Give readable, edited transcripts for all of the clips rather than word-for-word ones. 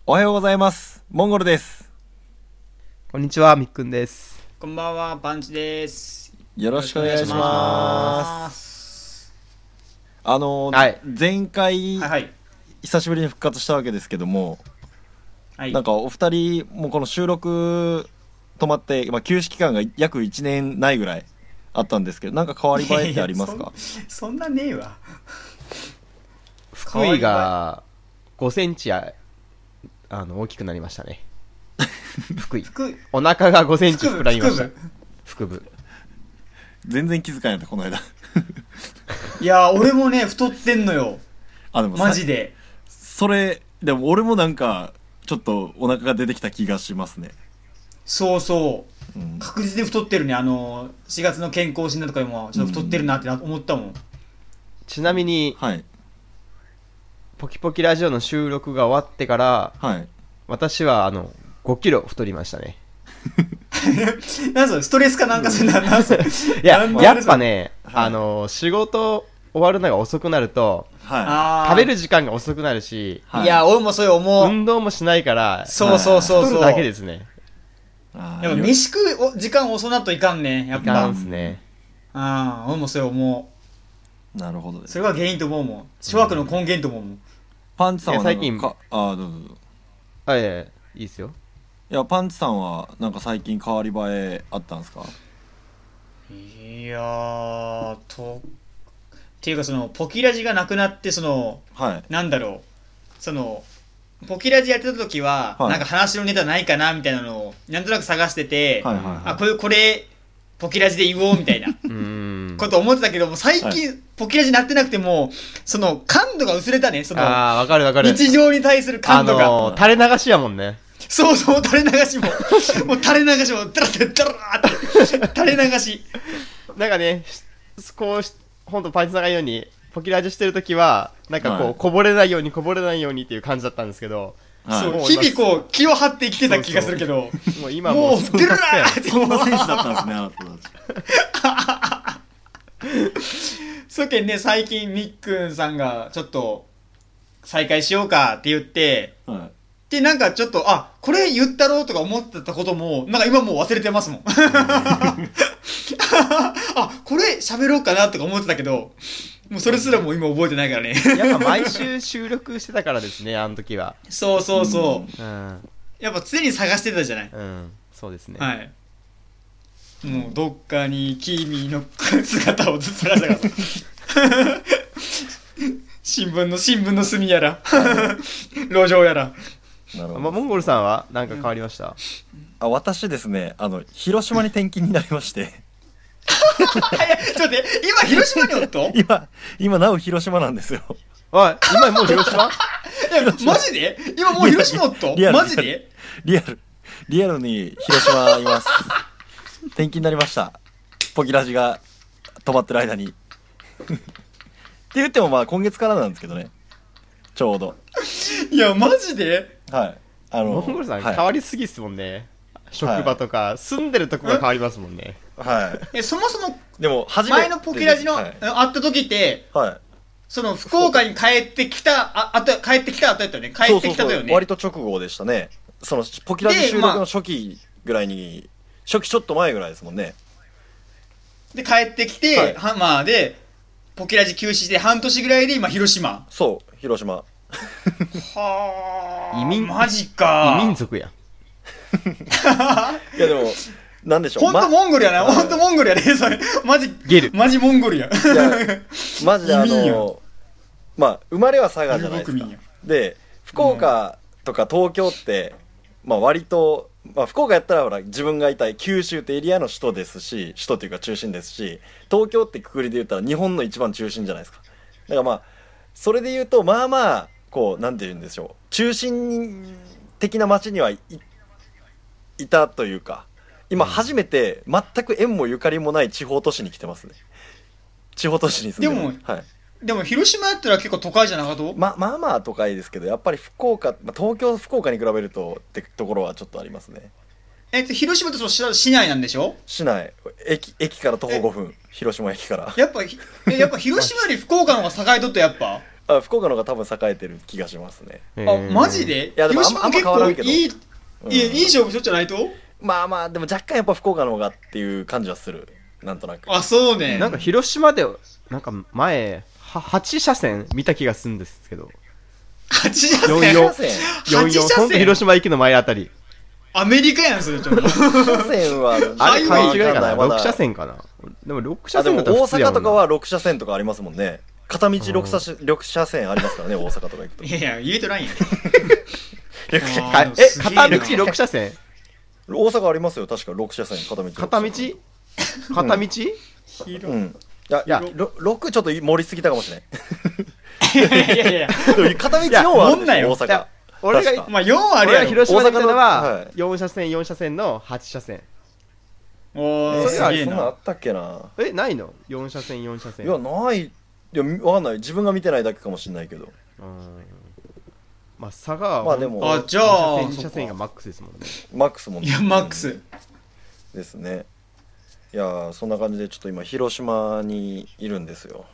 おはようございます。モンゴルです。 こんにちは、みっくんです。 こんばんは、パンチです。 よろしくお願いします。 はい。 前回、 はいはい。 久しぶりに復活したわけですけども、 はい。 なんかお二人もこの収録止まって、休止期間が約1年ないぐらいあったんですけど、なんか変わり映えってありますか？ そんなねえわ。 福井が5センチ大きくなりましたね。福井。 福井、 お腹が5センチ膨らみました。 腹腹部。 全然気づかんやった、この間。 いやー、俺もね、太ってんのよ。 でもマジで。 それ、でも俺もなんか、ちょっとお腹が出てきた気がしますね。 そうそう。 うん。 確実に太ってるね。4月の健康診断とかでも、ちょっと太ってるなって思ったもん。 ちなみに、 はい。 ポキポキラジオの収録が終わってから、 はい。 私は5キロ太りましたね。 なんそれ、ストレスかなんかするんだ。なんそれ。 いや、 なんだやっぱね、 は仕事終わるのが遅くなると、 は食べる時間が遅くなるし、 はいいや、俺もそうよ、思う。 運動もしないから、 そうそうそうそう。 太るだけですね。 やっぱ飯食う時間遅なっといかんね。やっぱ。 いかんすね。 俺もそう思う。 なるほどです。 それが原因と思うもん。諸悪の根源と思うもん。 パンチさんはなんか最近どうぞどうぞ。 いやいや、いいっすよ。 いや、パンチさんはなんか最近変わり映えあったんですか？ いやっていうかポキラジがなくなって、 はい。 なんだろう、ポキラジやってた時は、 はいなんか話のネタないかなみたいなのを、なんとなく探してて、 はいはいはい。 これ、ポキラジで言おうみたいなこと思ってたけども、最近、 はポキラジなってなくても、感度が薄れたね、 わかるわかる。 日常に対する感度が。 垂れ流しやもんね。 そうそう、垂れ流しも。もう垂れ流しも、ダラダラダラーって、垂れ流し。 なんかね、ほんとパンチさんが言うように、ポキラジしてるときは、なんかはいこぼれないようにっていう感じだったんですけど、 はいそう、 もう日々気を張って生きてた気がするけど、 もう今もう、 そんデラなスーって、 そんな選手だったんですね、あなたたち。 そうけんね、最近、みっくんさんが、ちょっと、再開しようかって言って、 はで、なんかちょっと、これ言ったろうとか思ってたことも、なんか今もう忘れてますもん。これ喋ろうかなとか思ってたけど、もうそれすらもう今覚えてないからね。 やっぱ毎週収録してたからですね、あの時は。 そうそうそうん。 う。やっぱ常に探してたじゃない。 うん。そうですね。 はい。もうどっかに君の姿をずっとらせたかった。新聞の隅やら、路上やら。 い。なるほど。 モンゴルさんはなんか変わりました？ 私ですね、広島に転勤になりまして。 ちょっと待って、今広島におっと今なお広島なんですよ。 おい、今もう広島？ マジで今もう広島おっとリアルマジでリアルに広島います。転勤になりました。ポキラジが止まってる間に。って言っても今月からなんですけどね。ちょうど。 いや、マジではい。 モンゴルさんはい。 変わりすぎっすもんね。職場とか、住んでるとこが変わりますもんね。 はそもそも、 い。でも、 前のポキラジの、 はい。 会った時って、 はい。 福岡に帰ってきた後やったよね。帰ってきたとよね。 割と直後でしたね。ポキラジ収録の初期ぐらいに、初期ちょっと前ぐらいですもんね。 で、帰ってきて、で、ポキラジ休止して半年ぐらいで今、広島。 そう、広島。 は移民マジか。 異民族やん。 いやでも、なんでしょう。 ほんとモンゴルやな。ほんとモンゴルやね。それ。マジモンゴルや。 いや、マジで移民や生まれは佐賀じゃないですか遊牧民や。 で、福岡とか東京って、割と、福岡やったらほら、自分がいた九州ってエリアの首都ですし、首都っていうか中心ですし、東京ってくくりで言ったら日本の一番中心じゃないですか。だからそれで言うと、なんて言うんでしょう。中心的な街にいたというか、今初めて全く縁もゆかりもない地方都市に来てますね。地方都市に住んでます。はい。 でも広島やったら結構都会じゃなかった？ 都会ですけど、やっぱり東京、福岡に比べるとってところはちょっとありますね。 広島って市内なんでしょ？ 市内、駅から徒歩5分、広島駅から。 やっぱ広島より福岡の方が栄えとったやっぱ。 福岡の方が多分栄えてる気がしますね。 あ、マジで？ いやでも広島結あんま変わらんけど構いい、いい勝負しとっちゃないと？ まあまあでも若干やっぱ福岡の方がっていう感じはする、なんとなく。 あ、そうね。 なんか広島でなんか前8車線見た気がするんですけど、 8車 44 線車線 8車線ほんと広島行きの前あたり。 アメリカやん、それちょっと。 車線はあれ勘違いかな、 まだ 6車線かな。でも6車あでも線だったら大阪普通やもんな。 とかは6車線とかありますもんね。片道6車線ありますからね、大阪とか行くと。 いやいや、言えとらんやん。 か片道 6 6車線大阪ありますよ、確か6車線、片道6車線。 片道片道、 うん。いや、 いや 6ちょっと盛りすぎたかもしれない。 いやいや、 でも片道4はあるんですよ、大いや阪。 いや俺が確かまあ4はある俺がやろ。 広島で行ったの大阪のははい4車線4車線の8車線。 おー、 それはすげえな。 そんなんあったっけな。 ないの ?4 車線4車線。 いや、ない。いや、わかんない。自分が見てないだけかもしれないけど。 まあ佐賀はまあでもあ、じゃあ、 2車線がマックスですもんね。 マックスもねいや、マックス。 ですね。いやー、そんな感じでちょっと今、広島にいるんですよ。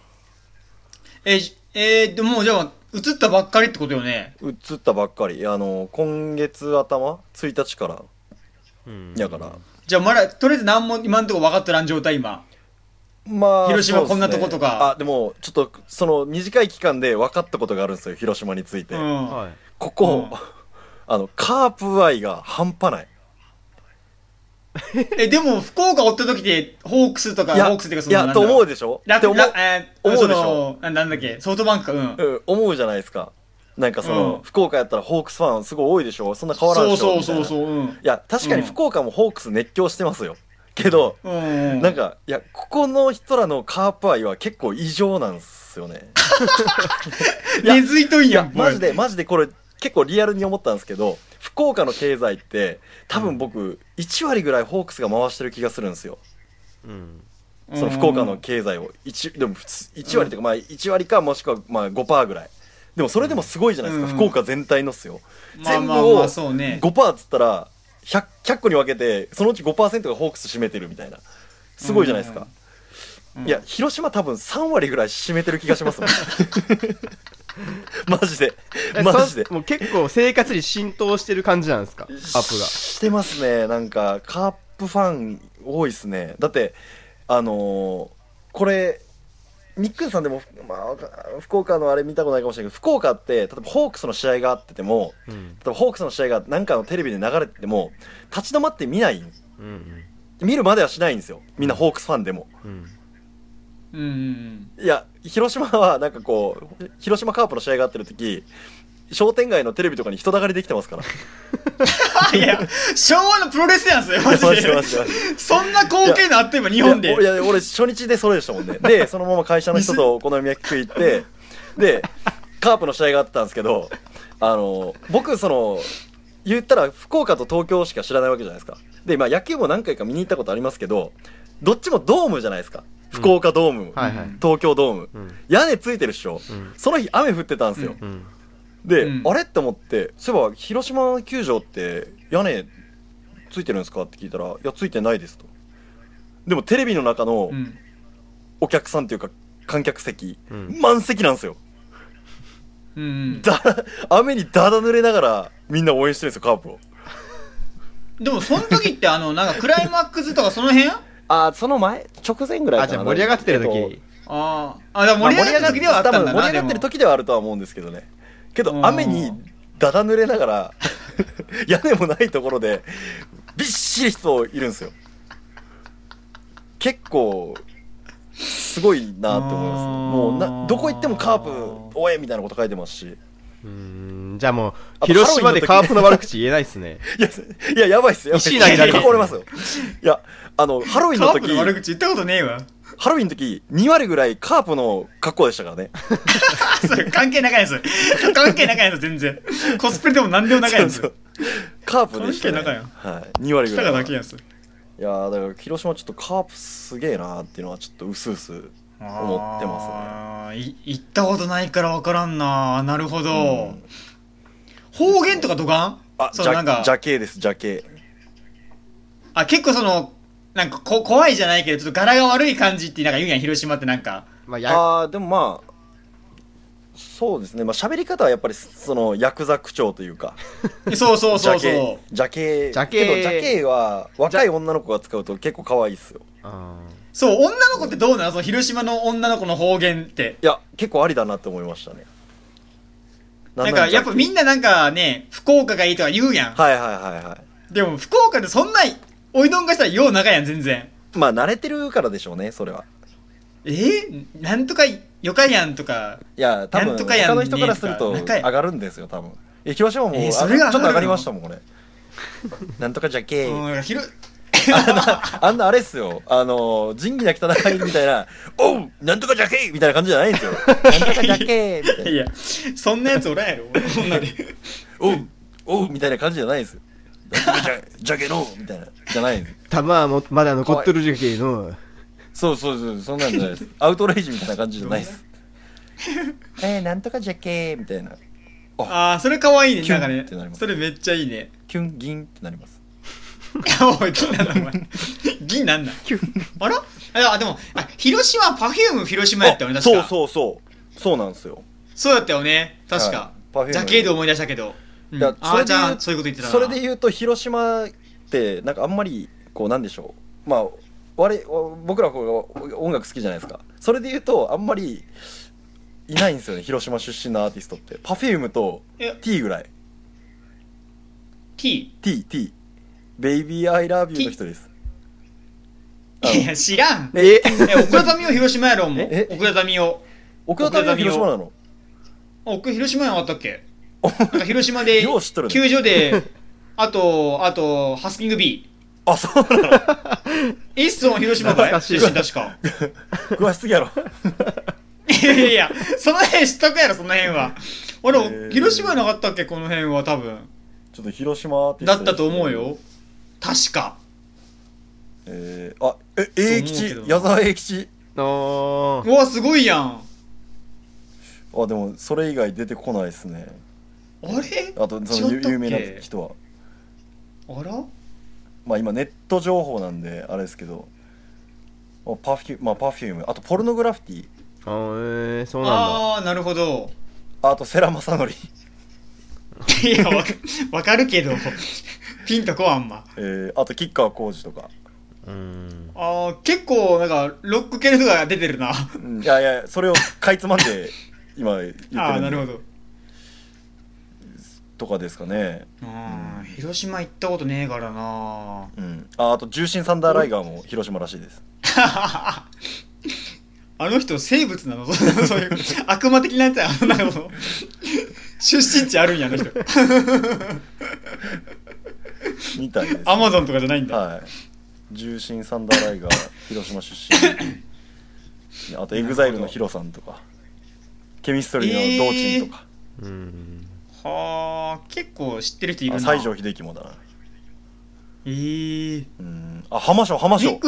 でもじゃあ、移ったばっかりってことよね。 移ったばっかり。今月頭 ?1 日から。やから。 じゃあ、まだ、とりあえず何も今んとこ分かってらん状態、今。 まあ、 広島そうですねこんなとことかあ、でも、ちょっと、その短い期間で分かったことがあるんですよ、広島について。 うん。 はい。 ここ、カープ愛が半端ない。 でも、福岡おった時で、ホークスとか、ホークスっていうか、 いや、と思うでしょって思う、思うでしょなんだっけ、ソフトバンクか、うん。 思うじゃないですか。なんかその、 うん福岡やったらホークスファンすごい多いでしょ、そんな変わらんでしょそうそうそうみたいなそう、うん。 いや、確かに福岡もホークス熱狂してますよ。けど、 うん。 なんか、いや、ここの人らのカープ愛は結構異常なんすよね。や根付いとんやん、 マジでこれ結構リアルに思ったんですけど、福岡の経済って多分僕1割ぐらいホークスが回してる気がするんですよ。その福岡の経済をでも普通1割というか、まあ1割かもしくはまあ 5% ぐらい。でもそれでもすごいじゃないですか、福岡全体のっすよ。全部をそうね。 5%っつったら 100個に分けてそのうち 5% がホークス占めてるみたいな。すごいじゃないですか。いや、広島多分3割ぐらい占めてる気がしますもん。マジで。マジで。 もう結構生活に浸透してる感じなんですか、カープが。 してますね。なんか、カープファン多いっすね。だって、これ、ミックンさんでも、まあ、福岡のあれ見たことないかもしれないけど、福岡って、例えばホークスの試合があってても、例えばホークスの試合が何かのテレビで流れてても、立ち止まって見ない。見るまではしないんですよ。みんなホークスファンでも。いや、広島はなんかこう、広島カープの試合があってる時、商店街のテレビとかに人だかりできてますから。 いや、昭和のプロレスやん、それ、マジマジでで。 マジでマジでそんな光景のあって今、日本で。 いや、俺初日でそれでしたもんね。で、そのまま会社の人とお好み焼き食い行って、で、カープの試合があったんですけど、僕、言ったら福岡と東京しか知らないわけじゃないですか。で、まあ野球も何回か見に行ったことありますけど、どっちもドームじゃないですか。福岡ドーム、 はいはい東京ドーム、屋根ついてるっしょ、その日雨降ってたんですよ、で、あれって思って、そういえば広島球場って屋根ついてるんですかって聞いたら、いやついてないですと。でもテレビの中のお客さんっていうか観客席、満席なんですよ。雨にダダ濡れながらみんな応援してるんですよ、カープを。 でもその時ってなんかクライマックスとかその辺その前直前ぐらいかな。 じゃあ盛り上がってる時、 だから盛り上がってる時ではあったんだな。 盛り上がってる時ではあるとは思うんですけどね。けど雨にダダ濡れながら屋根もないところでびっしり人いるんですよ。結構すごいなって思います。もうどこ行ってもカープ応援みたいなこと書いてますし。 じゃあもう広島でカープの悪口言えないっすね。 いややばいっすよ。 石投げられますね囲われますよ。いやハロウィンの時、 カープの悪口言ったことねえわ。 ハロウィンの時2割ぐらいカープの格好でしたからね。 それ関係ないやつ。関係ないやつ、全然。コスプレでも何でもないやつ。 カープでしたね。 関係ないはい。2割ぐらい。 下がだけやつ。 いやー、だから広島ちょっとカープすげえなーっていうのはちょっとうすうす思ってますね。 行ったことないから分からんな。なるほど。方言とかどかん？ ジャケです、ジャケ。 結構なんか怖いじゃないけど、ちょっと柄が悪い感じってなんか言うやん、広島ってなんか。 でもまあ、 そうですね、まあ喋り方はやっぱりそのヤクザ口調というかそうそうそうそう。 ジャケジャケけどジャケは若い女の子が使うと結構可愛いっすよ。 そう、女の子ってどうなの？その広島の女の子の方言って。 いや結構ありだなって思いましたね。 なんかやっぱみんななんかね、福岡がいいとか言うやん。 はいはいはいはい。 でも福岡でそんなおいどんがしたらよう長やん全然。 まあ慣れてるからでしょうねそれは。 なんとかよかやんとか。 いや多分なんとかやん他の人からするとねとか上がるんですよ多分。広島もそれがちょっと上がりましたもん俺。なんとかじゃけー。あんなあれっすよ、仁義なき戦いみたいな、おうなんとかじゃけーみたいな感じじゃないんですよ。なんとかじゃけーみたいな。 いや、そんなやつおらんやろ、そんなで。 おうみたいな感じじゃないんですよ。なんとかじゃけのみたいな、じゃないんです。 弾はまだ残っとるじゃけの。 そう、そんなんじゃないです。アウトレイジみたいな感じじゃないです。なんとかじゃけーみたいな。 ああ、それかわいいね、 キュンなんかねってなりま。すそれめっちゃいいね。 キュンギンってなります。 おい、銀なんだ、お前。銀なんだ。あらでも、広島、パフューム広島やったよね、確か。 そうなんですよ。 そうだったよね、確か。 はい、 ジャケード思い出したけど。 いやああ、じゃあ、そういうこと言ってたな。 それで言うと、広島って、なんかあんまり、こう、なんでしょう。まあ、僕らこう音楽好きじゃないですか。それで言うと、あんまりいないんですよね、広島出身のアーティストって。パフュームと T ぐらい。 T？ T。ベイビーアイラブユーの人です。 いや、知らん。奥田民生広島やろ、もう。奥田民生。 奥田民生広島なの？ 広島やなかったっけ？なんか広島で、球場で、あと、ハスキング B。 あ、そうなの？ イッソン広島かい？出身確か。 詳しすぎやろ。 いや、その辺知っとくやろ、その辺は。俺、広島やなかったっけ、この辺は多分。 ちょっと広島だったと思うよ。確か。 永吉、矢沢永吉。 うわ、すごいやん。 でもそれ以外出てこないですね。 あれ？ あとその有名な人は。 あら？ まあ今ネット情報なんであれですけど、パフューム、あとポルノグラフィティ。 そうなんだ。 ああ、なるほど。 あと世良正則。 いや、わかるけど、ピンとこあんま。 あと吉川晃司とか。 結構なんかロック系の人が出てるな。 いやそれをかいつまんで今言ってるんで。 なるほど。 とかですかね。 広島行ったことねえからな。 あと重心サンダーライガーも広島らしいです。 あの人生物なの？そういう悪魔的なやつや。なんか出身地あるんや、あの人。 みたいです。 アマゾンとかじゃないんだ。 はい。重心サンダーライガー広島出身。あとエグザイルのヒロさんとか、ケミストリーの道珍とか。 はあ、結構知ってる人いるな。 西城秀樹もだな。 浜章。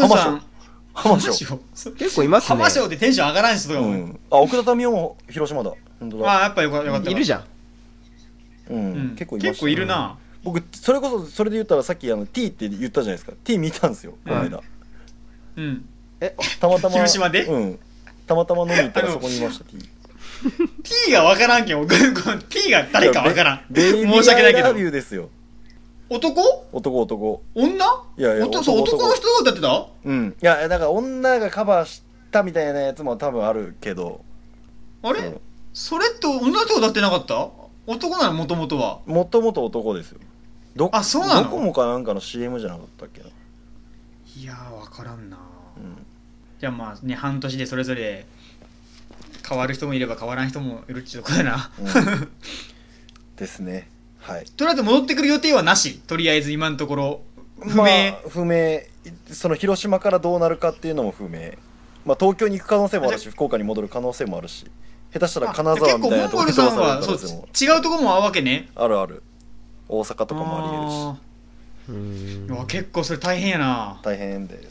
結構いますね。 浜章でテンション上がらん人とかも。 奥田民生も広島だ。本当だ。 やっぱよかった。 いるじゃん。 結構いました。 結構いるな。 僕それで言ったらさっきT って言ったじゃないですか。T 見たんですよこの間。たまたま広島で？ たまたま飲みに行ったらそこにいました。 T がわからんけん。T が誰かわからん。 申し訳ないけど。ラビューですよ。 男？女？ いや男の人が歌ってた？ いやだから女がカバーしたみたいなやつも多分あるけど。 あれ？それって女の人が歌ってなかった？男なの？もともとは。 もともと男ですよ。 そうなの？ ドコモかなんかの CM じゃなかったっけな。 いやわからんな。じゃあまあね、半年でそれぞれ変わる人もいれば変わらん人もいるっていうとこだな。 ですね。はい。 とりあえず戻ってくる予定はなし。とりあえず今のところ不明。その広島からどうなるかっていうのも不明。東京に行く可能性もあるし、福岡に戻る可能性もあるし、下手したら金沢みたいなところに結構モンゴルさんはそう違うところも合うわけね。 ある。大阪とかもあり得るし。 結構それ大変やな。 大変です。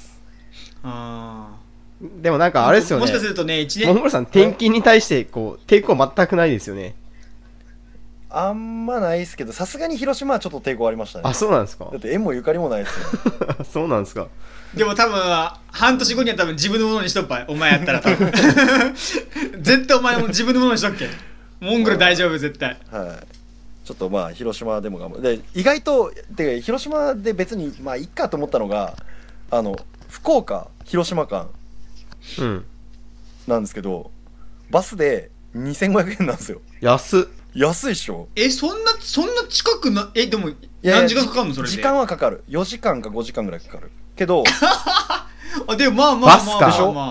でもなんかあれですよね。 もしかするとね、 モンゴルさん転勤に対して抵抗全くないですよね。 あんまないですけど、さすがに広島はちょっと抵抗ありましたね。 そうなんですか。 だって縁もゆかりもないですよ。 そうなんですか。 でも多分半年後には多分自分のものにしとっぱい。お前やったら多分絶対お前も自分のものにしとっけ。 モンゴル大丈夫絶対。 はい、ちょっとまあ広島でも頑張る。で意外とで広島で別にまあいっかと思ったのが福岡広島間なんですけど、バスで2500円なんですよ。 安いっしょ。 そんな近くな、でもいや何時間かかるのそれで。 時間はかかる。4時間か5時間ぐらいかかるけどでもまあバスかでしょ、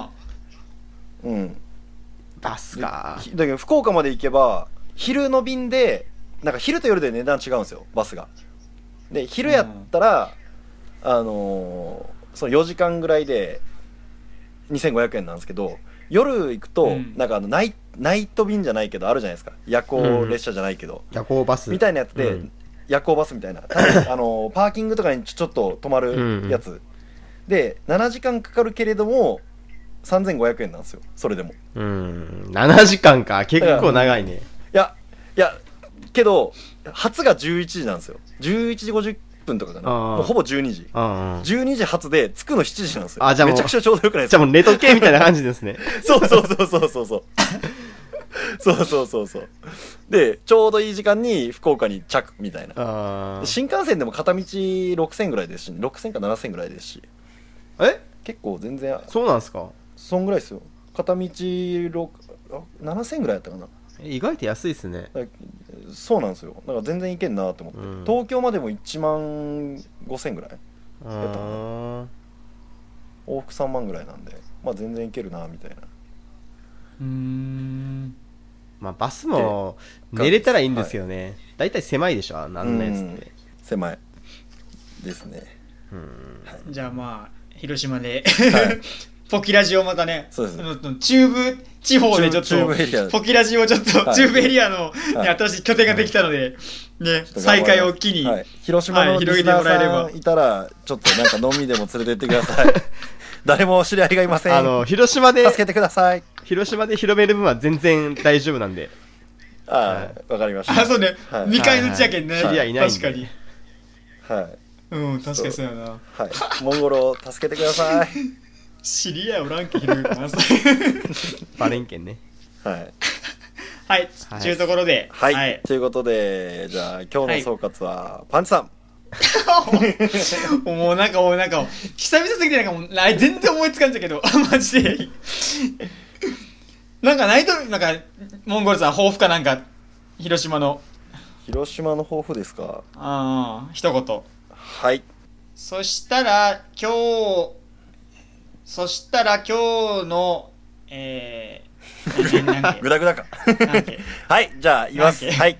バスか。 だけど福岡まで行けば昼の便でなんか昼と夜で値段違うんですよ、バスが。で昼やったら、その4時間ぐらいで2500円なんですけど、夜行くと、なんかナイト便じゃないけどあるじゃないですか、夜行列車じゃないけど、 夜行バスみたいなやつで、夜行バスみたいなパーキングとかにちょっと止まるやつ、で7時間かかるけれども3500円なんですよ、それでも。 7時間か、結構長いね。 いやけど発が11時なんですよ。11時50分とかかな、もうほぼ12時、12時発で着くの7時なんですよ。 じゃあもうめちゃくちゃちょうどよくないですか。 じゃあもう寝時計みたいな感じですね。 そうでちょうどいい時間に福岡に着みたいな。新幹線でも片道6000ぐらいですし、6000か7000ぐらいですし、結構全然そうなんですか。 そんぐらいですよ。片道7000ぐらいやったかな。 意外と安いですね。 そうなんですよ。だから全然いけんなと思って、東京までも1万5000ぐらいやったかな。往復3万ぐらいなんで、まあ全然いけるなみたいな。 まあバスも寝れたらいいんですよね。だいたい狭いでしょ、なんのやつって。 狭いですね。 じゃあまあ広島でポキラジをまたね、 そうですね、 中部地方でちょっとポキラジをちょっと中部エリアの新しい拠点ができたのでね、再開を機に広島のリスナーさんいたらちょっとなんか飲みでも連れてってください。誰も知り合いがいません。 広島で助けてください。 広島で広める分は全然大丈夫なんで。 わかりました。 そうね、未開の地やけんね。 知り合いいないんで。 確かに。確かにそうやな。 モンゴルを助けてください。 知り合いおらんけん広いかな。 バレンケンね。 はい、というところで。 ということで、じゃあ今日の総括はパンチさん。 もうなんか久々すぎてなんか全然思いつかんじゃけど、マジでなんかないと、なんかモンゴルさん抱負かなんか、広島の抱負ですか。 一言。 はい。 そしたら今日のグダグダか。はい、じゃあ言います。はい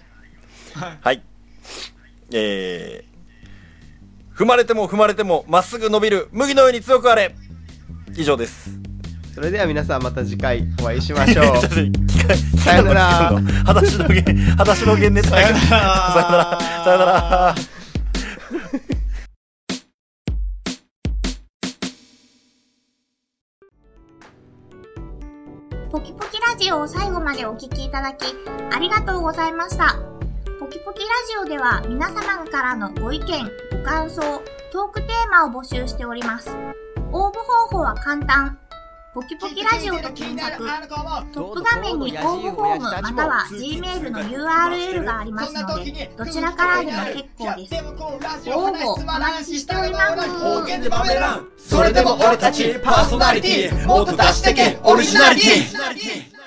踏まれても踏まれてもまっすぐ伸びる麦のように強くあれ。以上です。 それでは皆さんまた次回お会いしましょう。さよなら。 裸足の源熱帯。さよなら。 ポキポキラジオを最後までお聞きいただきありがとうございました。ポキポキラジオでは皆様からのご意見、ご感想、トークテーマを募集しております。応募方法は簡単。ポキポキラジオと検索、トップ画面に応募フォームまたは Gmail の URL がありますので、どちらからでも結構です。応募お待ちしております。 それでも俺たちパーソナリティもっと出してけオリジナリティ